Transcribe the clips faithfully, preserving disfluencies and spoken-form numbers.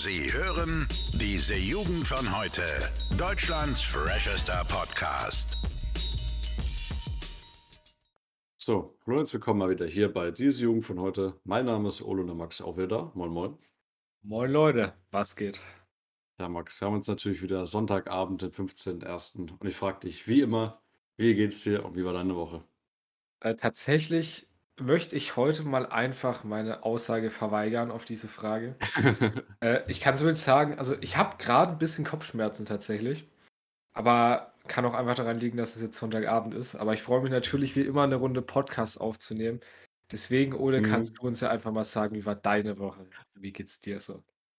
Sie hören diese Jugend von heute. Deutschlands freshester Podcast. So, hallo und herzlich willkommen mal wieder hier bei diese Jugend von heute. Mein Name ist Ole und der Max auch wieder da. Moin, moin. Moin Leute, was geht? Ja, Max, wir haben uns natürlich wieder Sonntagabend, den fünfzehnten ersten Und ich frage dich, wie immer, wie geht's dir und wie war deine Woche? Äh, tatsächlich möchte ich heute mal einfach meine Aussage verweigern auf diese Frage. Äh, ich kann so jetzt sagen, also ich habe gerade ein bisschen Kopfschmerzen tatsächlich, aber kann auch einfach daran liegen, dass es jetzt Sonntagabend ist. Aber ich freue mich natürlich wie immer eine Runde Podcast aufzunehmen. Deswegen, Ole, kannst Mhm. du uns ja einfach mal sagen, wie war deine Woche? Wie geht's dir so?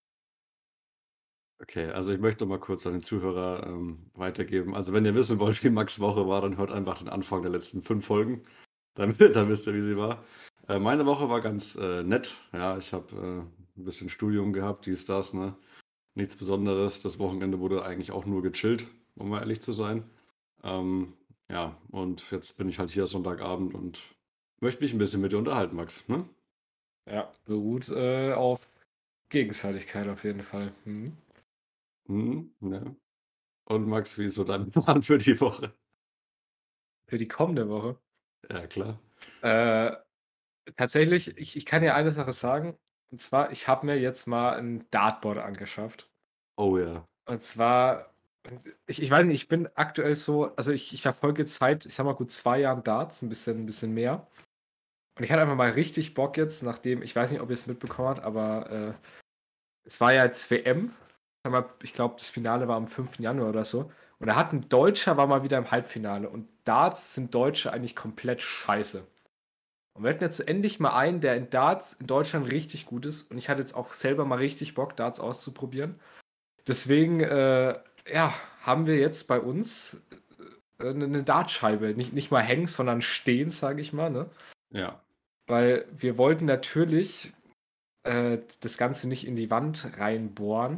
Okay, also ich möchte mal kurz an den Zuhörer ähm, weitergeben. Also wenn ihr wissen wollt, wie Max' Woche war, dann hört einfach den Anfang der letzten fünf Folgen. Dann, dann wisst ihr, wie sie war. Äh, meine Woche war ganz äh, nett. Ja, ich habe äh, ein bisschen Studium gehabt, dies, das, ne? Nichts Besonderes. Das Wochenende wurde eigentlich auch nur gechillt, um mal ehrlich zu sein. Ähm, ja, und jetzt bin ich halt hier Sonntagabend und möchte mich ein bisschen mit dir unterhalten, Max. Ne? Ja, beruht äh, auf Gegenseitigkeit auf jeden Fall. Mhm. Mhm, ja. Und Max, wie ist so dein Plan für die Woche? Für die kommende Woche. Ja, klar. Äh, Tatsächlich, ich ich kann dir eine Sache sagen, und zwar, ich habe mir jetzt mal 'n Dartboard angeschafft. Oh ja. Und zwar ich ich weiß nicht, ich bin aktuell so also, ich ich verfolge jetzt seit, ich sage mal, gut zwei Jahren Darts, 'n bisschen 'n bisschen mehr. Und ich hatte einfach mal richtig Bock jetzt, nachdem ich weiß nicht, ob ihr's mitbekommen habt, aber, äh, es war ja jetzt W M. Sage mal, ich glaube, das Finale war am fünften Januar oder so. Und da hat 'n Deutscher war mal wieder im Halbfinale. Und Darts sind Deutsche eigentlich komplett scheiße. Und wir hatten jetzt so endlich mal einen, der in Darts in Deutschland richtig gut ist. Und ich hatte jetzt auch selber mal richtig Bock, Darts auszuprobieren. Deswegen, äh, ja, haben wir jetzt bei uns äh, eine, eine Dartscheibe. Nicht, nicht mal hängen, sondern stehen, sage ich mal. Ne? Ja. Weil wir wollten natürlich äh, das Ganze nicht in die Wand reinbohren.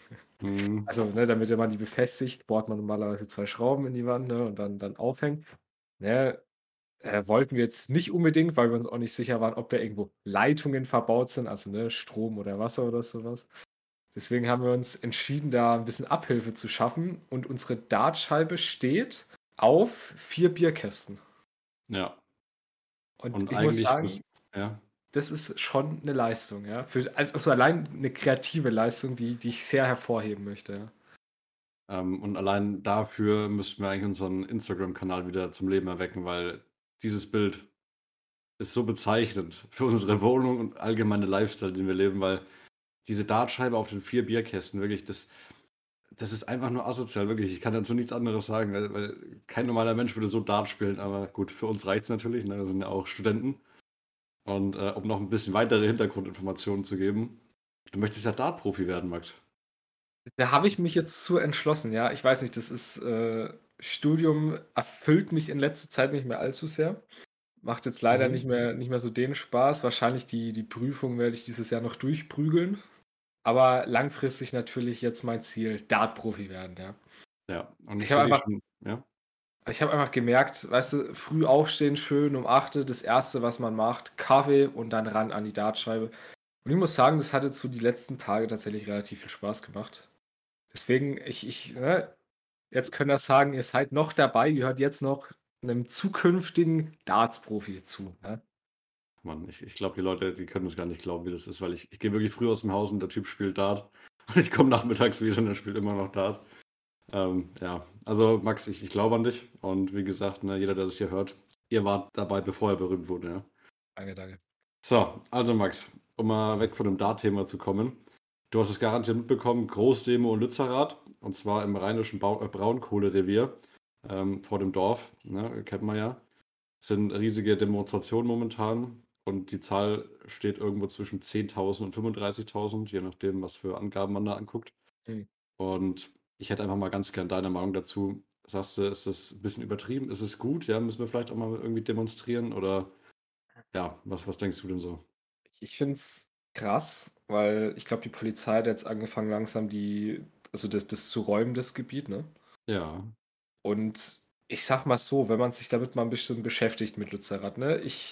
Mhm. Also, ne, damit man die befestigt, bohrt man normalerweise zwei Schrauben in die Wand, ne, und dann, dann aufhängen. Ne, Äh, wollten wir jetzt nicht unbedingt, weil wir uns auch nicht sicher waren, ob da irgendwo Leitungen verbaut sind, also, ne, Strom oder Wasser oder sowas. Deswegen haben wir uns entschieden, da ein bisschen Abhilfe zu schaffen und unsere Dartscheibe steht auf vier Bierkästen. Ja. Und Und ich muss eigentlich bist sagen, ja. das ist schon eine Leistung, ja. Für also also allein eine kreative Leistung, die die ich sehr hervorheben möchte, ja. Ähm, und allein dafür müssten wir eigentlich unseren Instagram-Kanal wieder zum Leben erwecken, weil dieses Bild ist so bezeichnend für unsere Wohnung und allgemeine Lifestyle, den wir leben, weil diese Dartscheibe auf den vier Bierkästen, wirklich, das, das ist einfach nur asozial, wirklich. Ich kann dazu nichts anderes sagen, weil, weil kein normaler Mensch würde so Dart spielen, aber gut, für uns reicht es natürlich, ne? Wir sind ja auch Studenten. Und äh, um noch ein bisschen weitere Hintergrundinformationen zu geben, du möchtest ja Dart-Profi werden, Max. Da habe ich mich jetzt zu entschlossen, ja. Ich weiß nicht, das ist äh, Studium erfüllt mich in letzter Zeit nicht mehr allzu sehr. Macht jetzt leider nicht Mhm. mehr nicht mehr so den Spaß. Wahrscheinlich die die Prüfung werde ich dieses Jahr noch durchprügeln, aber langfristig natürlich jetzt mein Ziel, Dart-Profi werden, ja. Ja, und ich Ich habe sehe dich einfach schon, ja. ich habe einfach gemerkt, weißt du, früh aufstehen, schön um acht Uhr, das erste, was man macht, Kaffee und dann ran an die Dartscheibe. Und ich muss sagen, das hat jetzt so die letzten Tage tatsächlich relativ viel Spaß gemacht. Deswegen, ich ich, ne, jetzt könnt ihr sagen, ihr seid noch dabei, ihr hört jetzt noch 'nem zukünftigen Darts-Profi zu, ne? Mann, ich, ich glaube, die Leute, die können es gar nicht glauben, wie das ist, weil ich, ich gehe wirklich früh aus dem Haus und der Typ spielt Dart. Und ich komme nachmittags wieder und er spielt immer noch Dart. Ähm, ja, also Max, ich, ich glaube an dich. Und wie gesagt, ne, jeder, der das hier hört, ihr wart dabei, bevor er berühmt wurde, ja. Danke, danke. So, also Max, um mal weg von dem Dart-Thema zu kommen. Du hast es garantiert mitbekommen, Großdemo in Lützerath, und zwar im rheinischen Bau äh, Braunkohlerevier ähm, vor dem Dorf, ne, kennt man ja. Es sind riesige Demonstrationen momentan und die Zahl steht irgendwo zwischen zehntausend und fünfunddreißigtausend, je nachdem, was für Angaben man da anguckt. Mhm. Und ich hätte einfach mal ganz gern deine Meinung dazu. Sagst du, ist das ein bisschen übertrieben? Ist es gut? Ja, müssen wir vielleicht auch mal irgendwie demonstrieren? Oder ja, was, was denkst du denn so? Ich ich finde es krass, weil ich glaube, die Polizei hat jetzt angefangen, langsam die also das das zu räumen, das Gebiet, ne? Ja, Und ich sage mal so, wenn man sich damit mal ein bisschen beschäftigt mit Lützerath, ne? Ich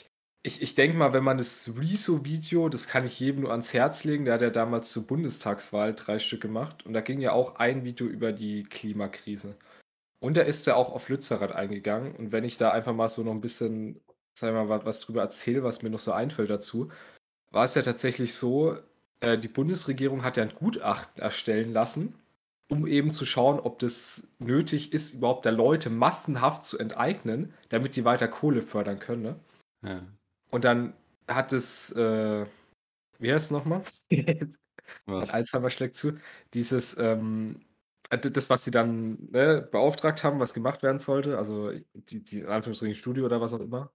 Ich ich denke mal, wenn man das Rezo-Video, das kann ich jedem nur ans Herz legen, der hat ja damals zur Bundestagswahl drei Stück gemacht und da ging ja auch ein Video über die Klimakrise. Und da ist er auch auf Lützerath eingegangen und wenn ich da einfach mal so noch ein bisschen, sagen wir mal, wa was drüber erzähle, was mir noch so einfällt dazu, war es ja tatsächlich so, äh, die Bundesregierung hat ja ein Gutachten erstellen lassen, um eben zu schauen, ob das nötig ist, überhaupt da Leute massenhaft zu enteignen, damit die weiter Kohle fördern können, ne? Ja. Und dann hat es, äh, wie heißt es nochmal? Mein Was? Alzheimer schlägt zu. Dieses, ähm, äh, d- das, was sie dann ne, beauftragt haben, was gemacht werden sollte, also die, die in Anführungsstrichen Studie oder was auch immer,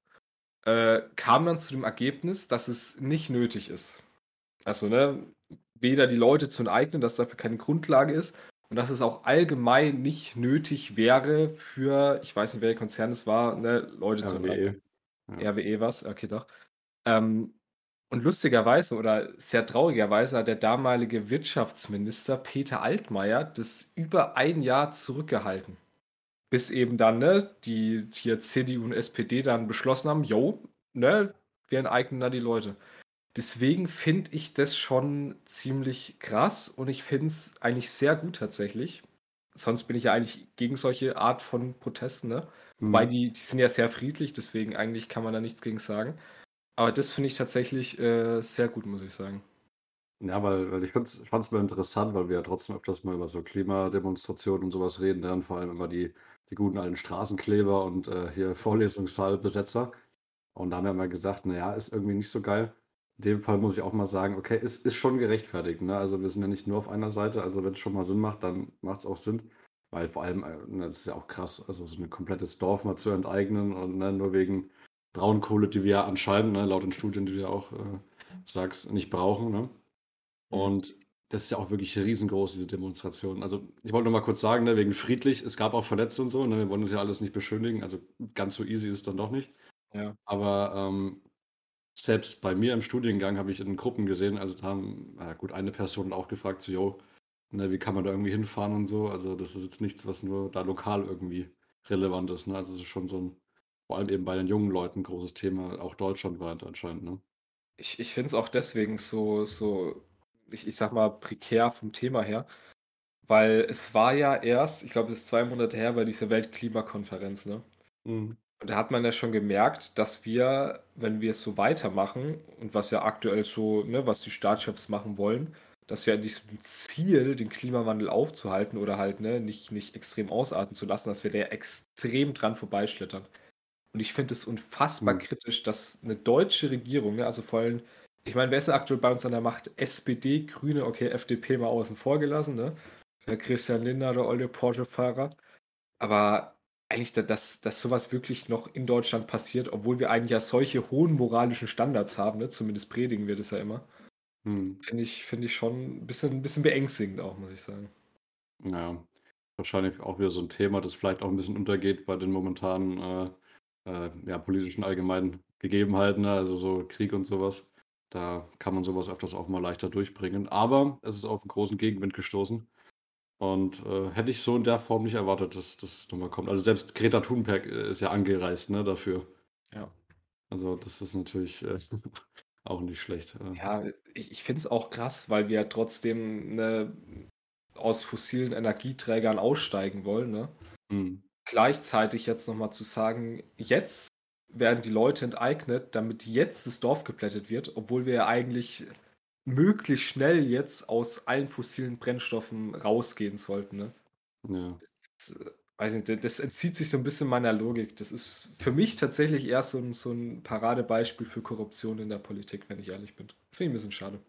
äh, kam dann zu dem Ergebnis, dass es nicht nötig ist. Also, ne, weder die Leute zu enteignen, dass dafür keine Grundlage ist und dass es auch allgemein nicht nötig wäre für, ich weiß nicht, welcher Konzern es war, ne, Leute zu enteignen. R W E. Ja. R W E was? Okay, doch. Ähm, und lustigerweise oder sehr traurigerweise hat der damalige Wirtschaftsminister Peter Altmaier das über ein Jahr zurückgehalten. Bis eben dann, ne, die hier C D U und S P D dann beschlossen haben, jo, ne, wir enteignen da die Leute. Deswegen finde ich das schon ziemlich krass und ich finde es eigentlich sehr gut tatsächlich. Sonst bin ich ja eigentlich gegen solche Art von Protesten, ne? Wobei Mhm. die, die sind ja sehr friedlich, deswegen eigentlich kann man da nichts gegen sagen. Aber das finde ich tatsächlich äh, sehr gut, muss ich sagen. Ja, weil weil ich fand es mal interessant, weil wir ja trotzdem öfters mal über so Klimademonstrationen und sowas reden, dann vor allem immer die die guten alten Straßenkleber und, äh, hier Vorlesungssaalbesetzer. Und da haben wir mal gesagt: „Na ja, ist irgendwie nicht so geil.“ In dem Fall muss ich auch mal sagen, okay, es ist schon gerechtfertigt, ne? Also, wir sind ja nicht nur auf einer Seite. Also, wenn es schon mal Sinn macht, dann macht es auch Sinn, weil vor allem, äh, ne, das ist ja auch krass, also, so ein komplettes Dorf mal zu enteignen und, ne, nur wegen Braunkohle, die wir ja anscheinend, ne, laut den Studien, die du ja auch, äh, sagst, nicht brauchen, ne? Mhm. Und das ist ja auch wirklich riesengroß, diese Demonstration. Also, ich wollte nur mal kurz sagen, ne, wegen friedlich, es gab auch Verletzte und so, ne? Wir wollen das ja alles nicht beschönigen. Also, ganz so easy ist es dann doch nicht. Ja. Aber, ähm, selbst bei mir im Studiengang habe ich in Gruppen gesehen, also, da haben, na gut, eine Person auch gefragt so: „Jo, ne, wie kann man da irgendwie hinfahren und so?“ Also, das ist jetzt nichts, was nur da lokal irgendwie relevant ist, ne? Also, es ist schon so 'n vor allem eben bei den jungen Leuten großes Thema, auch deutschlandweit anscheinend, ne? Ich, ich finde es auch deswegen so, so ich, ich sag mal, prekär vom Thema her, weil es war ja erst, ich glaube, es ist zwei Monate her, bei dieser Weltklimakonferenz, ne? Mhm. Und da hat man ja schon gemerkt, dass wir, wenn wir es so weitermachen und was ja aktuell so, ne, was die Staatschefs machen wollen, dass wir an diesem Ziel, den Klimawandel aufzuhalten oder halt, ne, nicht, nicht extrem ausarten zu lassen, dass wir da extrem dran vorbeischlittern. Und ich finde es unfassbar Mhm. kritisch, dass eine deutsche Regierung, ne, also vor allem, ich meine, wer ist denn aktuell bei uns an der Macht? S P D, Grüne, okay, F D P mal außen vor gelassen, ne? Der Christian Lindner, der olle Porsche-Fahrer. Aber eigentlich, da dass dass so wirklich noch in Deutschland passiert, obwohl wir eigentlich ja solche hohen moralischen Standards haben, ne? Zumindest predigen wir das ja immer. Mhm. Finde ich finde ich schon 'n bisschen 'n bisschen beängstigend auch, muss ich sagen. Ja, wahrscheinlich auch wieder so 'n Thema, das vielleicht auch 'n bisschen untergeht bei den momentanen, äh, äh, ja, politischen allgemeinen Gegebenheiten, ne, also so Krieg und so was. Da kann man so was öfters auch mal leichter durchbringen. Aber es ist auf 'n großen Gegenwind gestoßen und, äh, hätte ich so in der Form nicht erwartet, dass das noch mal kommt. Also selbst Greta Thunberg, äh, ist ja angereist, ne, dafür. Ja. Also das ist natürlich, äh, auch nicht schlecht, äh. Ja, ich ich finde es auch krass, weil wir ja trotzdem, ne, aus fossilen Energieträgern aussteigen wollen, ne? Mhm. Gleichzeitig jetzt noch mal zu sagen: „Jetzt werden die Leute enteignet, damit jetzt das Dorf geplättet wird“, obwohl wir ja eigentlich möglichst schnell jetzt aus allen fossilen Brennstoffen rausgehen sollten, ne? Ja. Das, äh, weiß nicht, d das entzieht sich so 'n bisschen meiner Logik. Das ist für mich tatsächlich eher so 'n so 'n Paradebeispiel für Korruption in der Politik, wenn ich ehrlich bin. Finde ich 'n bisschen schade.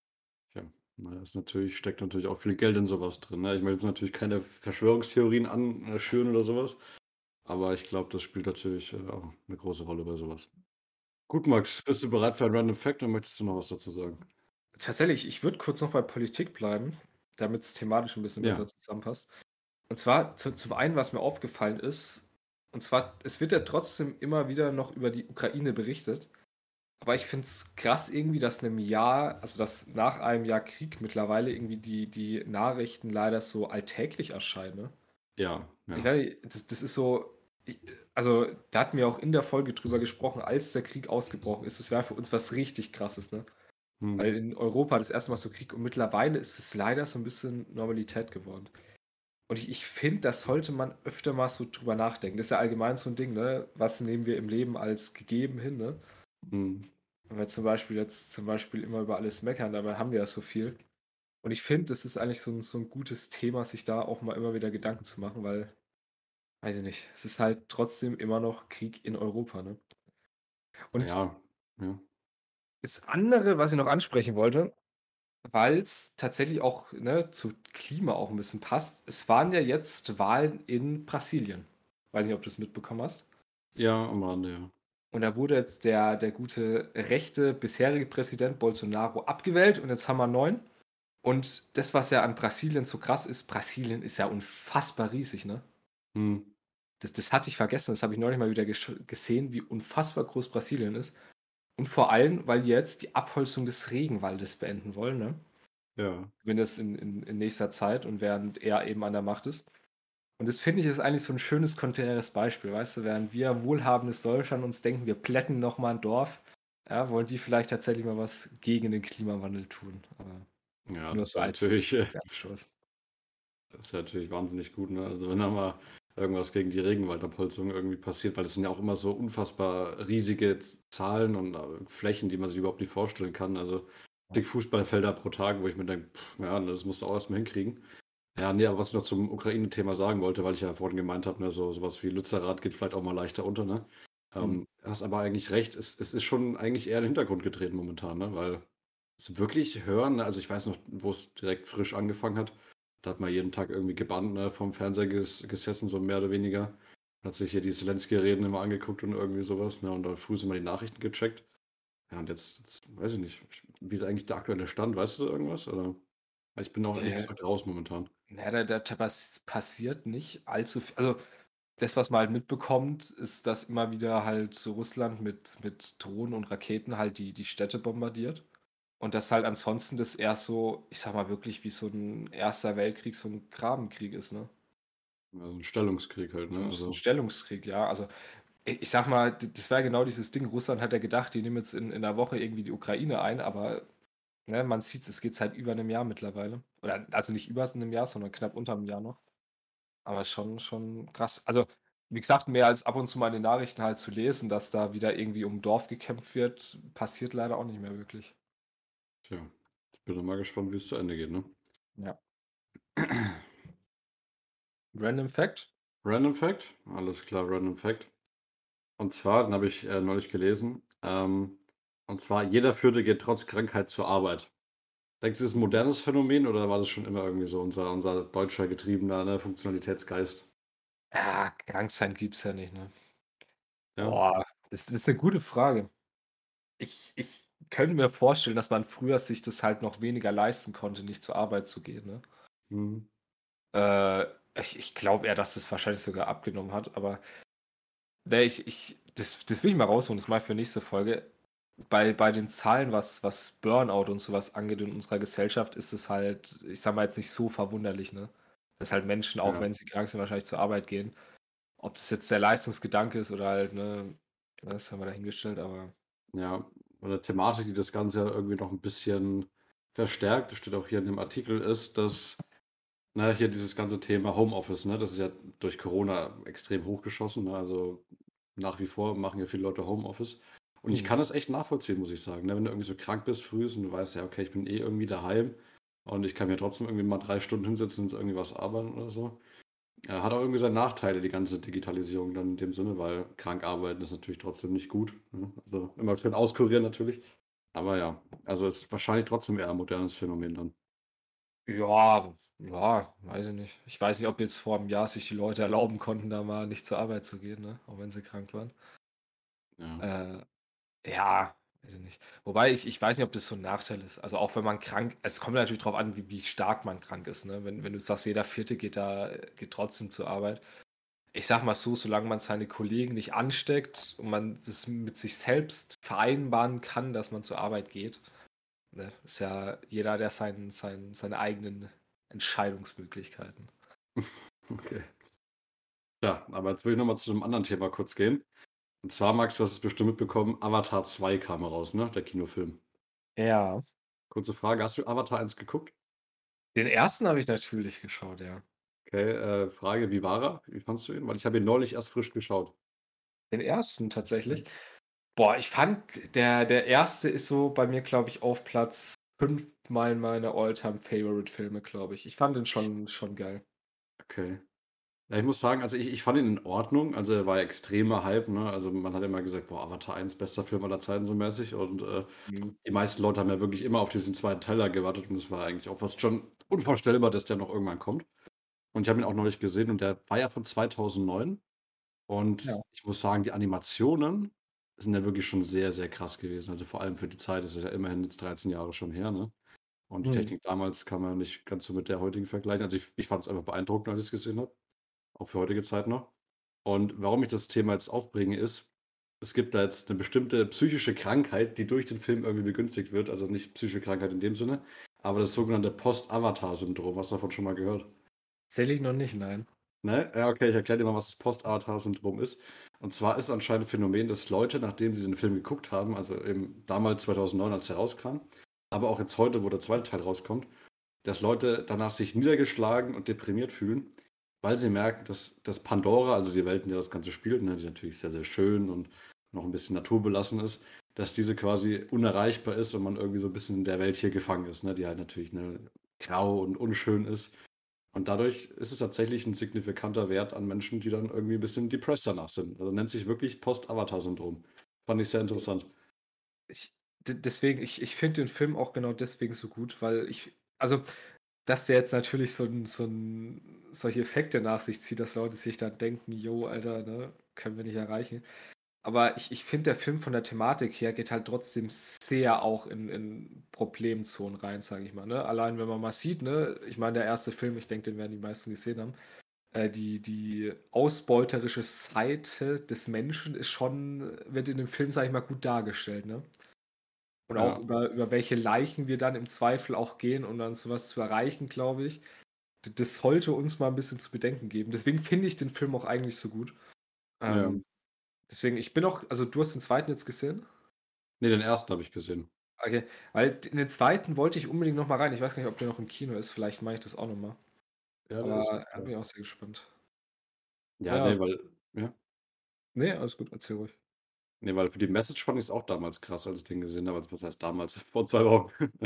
Ja, na, ist natürlich steckt natürlich auch viel Geld in so was drin, ne? Ich möchte jetzt natürlich keine Verschwörungstheorien an äh, schüren oder so was, aber ich glaube, das spielt natürlich, äh, auch 'ne große Rolle bei so was. Gut, Max, bist du bereit für ein Random Fact oder möchtest du noch was dazu sagen? Tatsächlich, ich würde kurz noch bei Politik bleiben, damit's thematisch 'n bisschen Ja, besser zusammenpasst. Und zwar zu zum einen, was mir aufgefallen ist, und zwar, es wird ja trotzdem immer wieder noch über die Ukraine berichtet, aber ich finde es krass irgendwie, dass 'nem Jahr also, dass nach einem Jahr Krieg mittlerweile irgendwie die die Nachrichten leider so alltäglich erscheinen, ne? ja, Ich ja. weiß nicht, das das ist so ich, also, da hatten wir auch in der Folge drüber gesprochen, als der Krieg ausgebrochen ist. Das wäre für uns was richtig Krasses, ne? Hm. Weil in Europa das erste Mal so Krieg und mittlerweile ist es leider so ein bisschen Normalität geworden. Und ich, ich finde, da sollte man öfter mal so drüber nachdenken. Das ist ja allgemein so ein Ding, ne? Was nehmen wir im Leben als gegeben hin, ne? Hm. Wenn wir zum Beispiel jetzt zum Beispiel immer über alles meckern, dabei haben wir ja so viel. Und ich finde, das ist eigentlich so ein, so ein gutes Thema, sich da auch mal immer wieder Gedanken zu machen, weil, weiß ich nicht, es ist halt trotzdem immer noch Krieg in Europa, ne? Und Ja, ja. das andere, was ich noch ansprechen wollte, weil es tatsächlich auch, ne, zu Klima auch ein bisschen passt. Es waren ja jetzt Wahlen in Brasilien. Weiß nicht, ob du es mitbekommen hast. Ja, am Rande, ja. Und da wurde jetzt der, der gute rechte bisherige Präsident Bolsonaro abgewählt und jetzt haben wir einen neuen. Und das, was ja an Brasilien so krass ist, Brasilien ist ja unfassbar riesig, ne? Hm. Das, das hatte ich vergessen, das habe ich neulich mal wieder gesch- gesehen, wie unfassbar groß Brasilien ist. Und vor allem, weil die jetzt die Abholzung des Regenwaldes beenden wollen, ne? Ja. Zumindest in, in, in nächster Zeit und während er eben an der Macht ist. Und das finde ich ist eigentlich so ein schönes konträres Beispiel, weißt du, während wir wohlhabendes Deutschland uns denken, wir plätten nochmal ein Dorf, ja, wollen die vielleicht tatsächlich mal was gegen den Klimawandel tun. Aber Ja, nur das so wäre als natürlich, äh, Anstoß. das ist ja natürlich wahnsinnig gut, ne? Also wenn da mal irgendwas gegen die Regenwaldabholzung irgendwie passiert, weil es sind ja auch immer so unfassbar riesige Z- Zahlen und äh, Flächen, die man sich überhaupt nicht vorstellen kann. Also zig Fußballfelder pro Tag, wo ich mir denke, pff, ja, das musst du auch erstmal hinkriegen. Ja, nee, aber was ich noch zum Ukraine-Thema sagen wollte, weil ich ja vorhin gemeint habe, ne, so sowas wie Lützerath geht vielleicht auch mal leichter unter, ne? Hm. Ähm, hast aber eigentlich recht, es, es ist schon eigentlich eher in den Hintergrund getreten momentan, ne? Weil es wirklich hören, ne, also ich weiß noch, wo es direkt frisch angefangen hat, da hat man jeden Tag irgendwie gebannt, ne, vom Fernseher ges gesessen, so mehr oder weniger. Hat sich hier die Zelensky-Reden immer angeguckt und irgendwie sowas, ne? Und dann früh immer die Nachrichten gecheckt. Ja, und jetzt, jetzt weiß ich nicht, wie ist eigentlich der aktuelle Stand? Weißt du da irgendwas? Oder? Weil ich bin auch ehrlich Ja, gesagt raus momentan. ja, da, da da pass- passiert nicht allzu viel. Also das, was man halt mitbekommt, ist, dass immer wieder halt so Russland mit, mit Drohnen und Raketen halt die, die Städte bombardiert. Und dass halt ansonsten das eher so, ich sag mal wirklich wie so ein Erster Weltkrieg, so ein Grabenkrieg ist, ne? Also ein Stellungskrieg halt, So ne? ein so ein Also, Stellungskrieg, ja. Also ich ich sag mal, d- das war genau dieses Ding. Russland hat ja gedacht, die nehmen jetzt in, in einer Woche irgendwie die Ukraine ein, aber ne, man sieht es geht seit über einem Jahr mittlerweile. Oder also nicht über einem Jahr, sondern knapp unter einem Jahr noch. Aber schon, schon krass. Also, wie gesagt, mehr als ab und zu mal in den Nachrichten halt zu lesen, dass da wieder irgendwie um Dorf gekämpft wird, passiert leider auch nicht mehr wirklich. tja, ich bin doch mal gespannt, wie es zu Ende geht, ne? Ja. Random Fact? Random Fact? Alles klar, Random Fact. Und zwar, den habe ich äh, neulich gelesen. Ähm, und zwar, jeder Vierte geht trotz Krankheit zur Arbeit. Denkst du, das ist ein modernes Phänomen oder war das schon immer irgendwie so unser, unser deutscher getriebener, ne, Funktionalitätsgeist? Ja, krank sein gibt's ja nicht, ne? Ja. Boah, das, das ist eine gute Frage. Ich, ich könnte mir vorstellen, dass man früher sich das halt noch weniger leisten konnte, nicht zur Arbeit zu gehen, ne? Mhm. Äh, ich ich glaube eher, dass das wahrscheinlich sogar abgenommen hat, aber ne, ich, ich, das, das will ich mal rausholen, das mache ich für nächste Folge. Bei, bei den Zahlen, was, was Burnout und sowas angeht in unserer Gesellschaft, ist es halt, ich sag mal jetzt nicht so verwunderlich, ne? Dass halt Menschen, auch Ja. wenn sie krank sind, wahrscheinlich zur Arbeit gehen. Ob das jetzt der Leistungsgedanke ist oder halt, ne, das haben wir dahingestellt, aber Ja. Und eine Thematik, die das Ganze ja irgendwie noch ein bisschen verstärkt, das steht auch hier in dem Artikel, ist, dass na, hier dieses ganze Thema Homeoffice, ne, das ist ja durch Corona extrem hochgeschossen, ne? Also nach wie vor machen ja viele Leute Homeoffice. Und ich hm. kann das echt nachvollziehen, muss ich sagen. Ne? Wenn du irgendwie so krank bist früh und du weißt, ja, okay, ich bin eh irgendwie daheim und ich kann mir trotzdem irgendwie mal drei Stunden hinsetzen und irgendwie was arbeiten oder so. Ja, hat auch irgendwie seine Nachteile, die ganze Digitalisierung dann in dem Sinne, weil krank arbeiten ist natürlich trotzdem nicht gut. Ne? Also immer schön auskurieren natürlich. Aber ja, also ist wahrscheinlich trotzdem eher ein modernes Phänomen dann. Ja, ja, weiß ich nicht. Ich weiß nicht, ob jetzt vor einem Jahr sich die Leute erlauben konnten, da mal nicht zur Arbeit zu gehen, ne? Auch wenn sie krank waren. Ja. Äh, Ja, weiß ich nicht. Wobei ich ich weiß nicht, ob das so 'n Nachteil ist. Also, auch wenn man krank es kommt natürlich drauf an, wie wie stark man krank ist, ne? Wenn wenn du sagst, jeder Vierte geht da geht trotzdem zur Arbeit. Ich sage mal so, solange man seine Kollegen nicht ansteckt und man das mit sich selbst vereinbaren kann, dass man zur Arbeit geht, ne? Ist ja jeder der seinen seinen seine eigenen Entscheidungsmöglichkeiten. Okay. Ja, aber jetzt will ich noch mal zu 'nem anderen Thema kurz gehen. Und zwar, Max, du hast es bestimmt mitbekommen, Avatar zwei kam raus, ne, der Kinofilm. Ja. Kurze Frage, hast du Avatar eins geguckt? Den ersten habe ich natürlich geschaut, ja. Okay, äh, Frage, wie war er? Wie fandest du ihn? Weil ich habe ihn neulich erst frisch geschaut. Den ersten Ja. tatsächlich. Boah, ich fand, der der erste ist so bei mir, glaube ich, auf Platz fünf mal meine All-Time-Favorite-Filme, glaube ich. Ich fand den Echt? schon schon geil. Okay. Ja, ich muss sagen, also ich ich fand ihn in Ordnung. Also, er war extremer Hype, ne? Also, man hat immer gesagt: „Boah, Avatar eins, bester Film aller Zeiten“, so mäßig. Und, äh, Mhm. die meisten Leute haben ja wirklich immer auf diesen zweiten Teil da gewartet und es war eigentlich auch fast schon unvorstellbar, dass der noch irgendwann kommt. Und ich habe ihn auch neulich gesehen und der war ja von zweitausendneun. Und Ja. ich muss sagen, die Animationen sind ja wirklich schon sehr, sehr krass gewesen. Also, vor allem für die Zeit, das ist ja immerhin jetzt dreizehn Jahre schon her, ne? Und die Mhm. Technik damals kann man nicht ganz so mit der heutigen vergleichen. Also, ich ich fand es einfach beeindruckend, als ich's gesehen habe, auch für heutige Zeit noch. Und warum ich das Thema jetzt aufbringe, ist, es gibt da jetzt 'ne bestimmte psychische Krankheit, die durch den Film irgendwie begünstigt wird. Also, nicht psychische Krankheit in dem Sinne, aber das sogenannte Post-Avatar-Syndrom. Hast du davon schon mal gehört? Tatsächlich noch nicht, nein. Ne? Ja, okay, ich erkläre dir mal, was das Post-Avatar-Syndrom ist. Und zwar ist anscheinend 'n Phänomen, dass Leute, nachdem sie den Film geguckt haben, also eben damals zweitausendneun, als er rauskam, aber auch jetzt heute, wo der zweite Teil rauskommt, dass Leute danach sich niedergeschlagen und deprimiert fühlen, weil sie merken, dass dass Pandora, also die Welt, in der das Ganze spielt, ne, die natürlich sehr, sehr schön und noch 'n bisschen naturbelassen ist, dass diese quasi unerreichbar ist und man irgendwie so 'n bisschen in der Welt hier gefangen ist, ne, die halt natürlich, ne, grau und unschön ist. Und dadurch ist es tatsächlich 'n signifikanter Wert an Menschen, die dann irgendwie 'n bisschen depressed danach sind. Also, nennt sich wirklich Post-Avatar-Syndrom. Fand ich sehr interessant. Ich d deswegen, ich ich finde den Film auch genau deswegen so gut, weil ich also, dass der jetzt natürlich so 'n so 'n solche Effekte nach sich zieht, dass Leute sich dann denken: „Jo, Alter, ne, können wir nicht erreichen.“ Aber ich ich finde, der Film von der Thematik her geht halt trotzdem sehr auch in in Problemzonen rein, sage ich mal, ne? Allein wenn man mal sieht, ne, ich meine, der erste Film, ich denke, den werden die meisten gesehen haben, äh, die die ausbeuterische Seite des Menschen ist schon wird in dem Film, sage ich mal, gut dargestellt, ne? Und auch Ja, über über welche Leichen wir dann im Zweifel auch gehen, um dann so was zu erreichen, glaube ich. D das sollte uns mal 'n bisschen zu bedenken geben. Deswegen finde ich den Film auch eigentlich so gut. ja. Ähm, deswegen ich bin auch also, du hast den zweiten jetzt gesehen? Ne, den ersten habe ich gesehen. Okay, weil in den zweiten wollte ich unbedingt noch mal rein. Ich weiß gar nicht, ob der noch im Kino ist. Vielleicht mache ich das auch noch mal. Ja, der ist noch Aber da da. bin ich auch sehr gespannt. Ja, Ja, ne, weil ja. ne, alles gut, erzähl ruhig. Ne, weil für die Message fand ich's auch damals krass, als ich den gesehen habe. Also, was heißt damals? Vor zwei Wochen.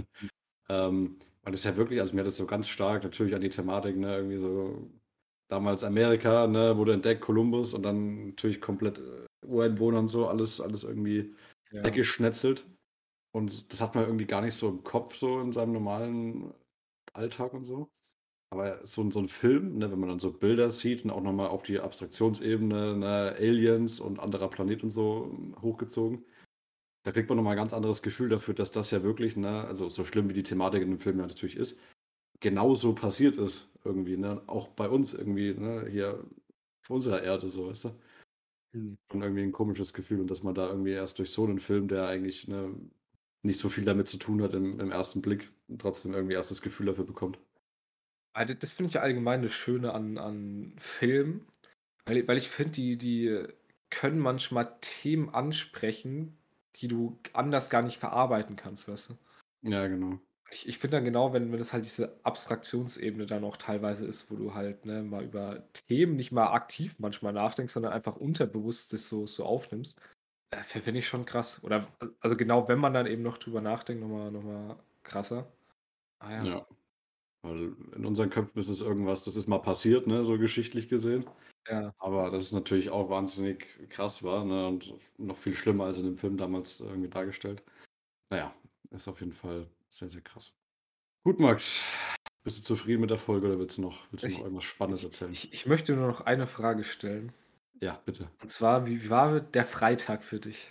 Ähm, weil das ja wirklich, also, mir hat das so ganz stark natürlich an die Thematik, ne, irgendwie so damals Amerika, ne, wurde entdeckt, Kolumbus und dann natürlich komplett, äh, Ureinwohner und so, alles alles irgendwie Ja. weggeschnetzelt. Und das hat man irgendwie gar nicht so im Kopf so in seinem normalen Alltag und so. Aber so 'n so 'n Film, ne, wenn man dann so Bilder sieht und auch noch mal auf die Abstraktionsebene, ne, Aliens und anderer Planet und so hm, hochgezogen, da kriegt man noch mal 'n ganz anderes Gefühl dafür, dass das ja wirklich, ne, also so schlimm wie die Thematik in dem Film ja natürlich ist, genauso passiert ist irgendwie, ne? Auch bei uns irgendwie, ne, hier auf unserer Erde so, weißt du? Mhm. Schon irgendwie 'n komisches Gefühl und dass man da irgendwie erst durch so 'nen Film, der eigentlich, ne, nicht so viel damit zu tun hat im im ersten Blick, trotzdem irgendwie erst das Gefühl dafür bekommt. Ah, d das finde ich ja allgemein das Schöne an an Filmen, weil i weil ich finde, die die können manchmal Themen ansprechen, die du anders gar nicht verarbeiten kannst, weißt du? Ja, genau. Ich ich finde dann genau, wenn wenn das halt diese Abstraktionsebene dann auch teilweise ist, wo du halt, ne, mal über Themen nicht mal aktiv manchmal nachdenkst, sondern einfach unterbewusst das so so aufnimmst, äh, fi finde ich schon krass. Oder a also genau, wenn man dann eben noch drüber nachdenkt, noch mal noch mal krasser. Ah ja. Ja, weil in unseren Köpfen ist es irgendwas, das ist mal passiert, ne, so geschichtlich gesehen. Ja. Aber dass es natürlich auch wahnsinnig krass war, ne, und noch viel schlimmer als in dem Film damals irgendwie dargestellt. Na ja, ist auf jeden Fall sehr, sehr krass. Gut, Max, bist du zufrieden mit der Folge oder willst du noch willst du noch Ich irgendwas Spannendes ich erzählen? ich ich möchte nur noch eine Frage stellen. Ja, bitte. Und zwar, wie wie war der Freitag für dich?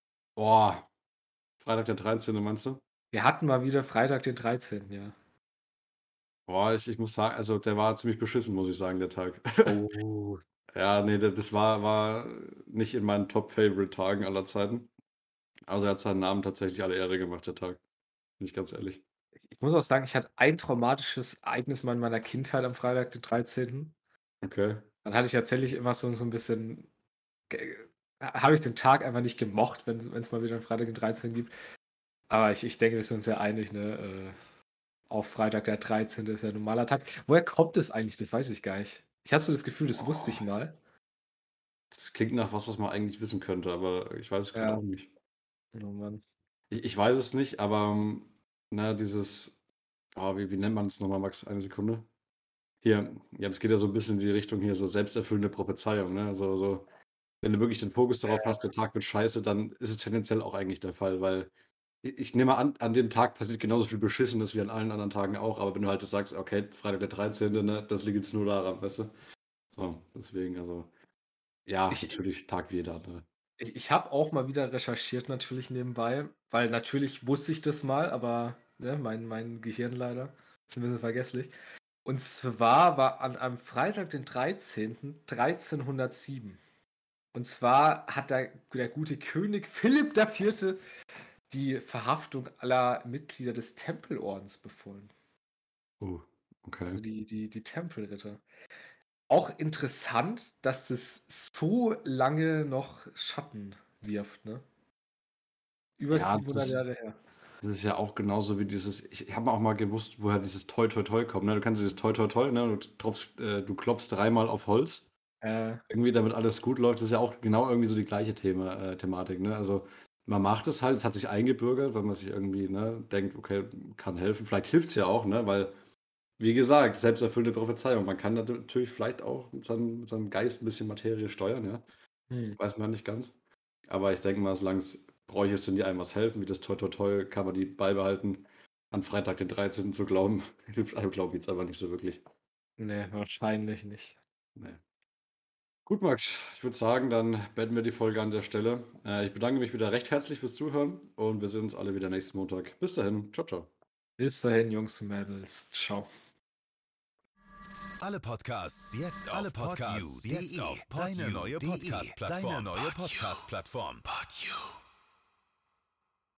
Boah, Freitag der dreizehnte meinst du? Wir hatten mal wieder Freitag den dreizehnten, ja. Boah, ich ich muss sagen, also, der war ziemlich beschissen, muss ich sagen, der Tag. Oh. Ja, ne, d das war war nicht in meinen Top-Favorite-Tagen aller Zeiten. Also, er hat seinen Namen tatsächlich alle Ehre gemacht, der Tag, bin ich ganz ehrlich. Ich muss auch sagen, ich hatte ein traumatisches Ereignis mal in meiner Kindheit am Freitag, den dreizehnten Okay. dann hatte ich tatsächlich immer so, so ein bisschen, habe ich den Tag einfach nicht gemocht, wenn es mal wieder einen Freitag den dreizehnten gibt. Aber ich, ich denke, wir sind uns sehr einig, ne? Äh, auf Freitag der dreizehnte ist ja ein normaler Tag. Woher kommt es eigentlich? Das weiß ich gar nicht. Ich hatte so das Gefühl, das wusste ich Oh, mal. das klingt nach was, was man eigentlich wissen könnte, aber ich weiß es gerade Ja, auch nicht. oh Mann. Ich, ich weiß es nicht, aber ähm, na, dieses, oh, wie, wie nennt man es nochmal, Max? Eine Sekunde. Hier, ja, das geht ja so ein bisschen in die Richtung hier, so selbsterfüllende Prophezeiung, ne? So, so, wenn du wirklich den Fokus darauf hast, der Tag wird scheiße, dann ist es tendenziell auch eigentlich der Fall, weil i ich nehme an, an dem Tag passiert genauso viel Beschissenes wie an allen anderen Tagen auch, aber wenn du halt das sagst: „Okay, Freitag der dreizehnte, ne, das liegt jetzt nur daran“, weißt du? So, deswegen, also, ja, Ich, natürlich Tag wie jeder andere. ich, ich habe auch mal wieder recherchiert, natürlich nebenbei, weil natürlich wusste ich das mal, aber ne, mein, mein Gehirn leider ist ein bisschen vergesslich. Und zwar war an einem Freitag, den dreizehnten dreizehnhundertsieben. Und zwar hat der, der gute König Philipp der Vierte die Verhaftung aller Mitglieder des Tempelordens befohlen. Oh, okay. Also die, die, die Tempelritter. Auch interessant, dass es so lange noch Schatten wirft, ne? Über Ja, siebenhundert das Jahre her. das ist ja auch genauso wie dieses ich ich habe auch mal gewusst, woher dieses Toi Toi Toi kommt, ne? Du kennst dieses Toi Toi Toi, ne? Du tropfst äh, du klopfst dreimal auf Holz, Äh, irgendwie damit alles gut läuft. Das ist ja auch genau irgendwie so die gleiche Thema äh, Thematik, ne? Also, man macht es halt, es hat sich eingebürgert, weil man sich irgendwie, ne, denkt: „Okay, kann helfen.“ Vielleicht hilft's ja auch, ne, weil, wie gesagt, selbsterfüllende Prophezeiung. Man kann nat natürlich vielleicht auch mit seinem mit seinem Geist 'n bisschen Materie steuern, ja? hm. Weiß man nicht ganz. Aber ich denke mal, solang's Bräuche sind, die einem was helfen, wie das Toi Toi Toi, kann man die beibehalten. An Freitag den dreizehnten zu glauben, hilft einem, glaube ich, jetzt aber nicht so wirklich. Ne, wahrscheinlich nicht. Ne. Gut, Max, ich würde sagen, dann beenden wir die Folge an der Stelle. Äh, ich bedanke mich wieder recht herzlich fürs Zuhören und wir sehen uns alle wieder nächsten Montag. Bis dahin. Ciao, ciao. Bis dahin, Jungs und Mädels. Ciao. Alle Podcasts jetzt auf Alle Podcasts jetzt auf deine neue podyou.de, Podcast-Plattform. deine neue Podcast-Plattform. Podyou.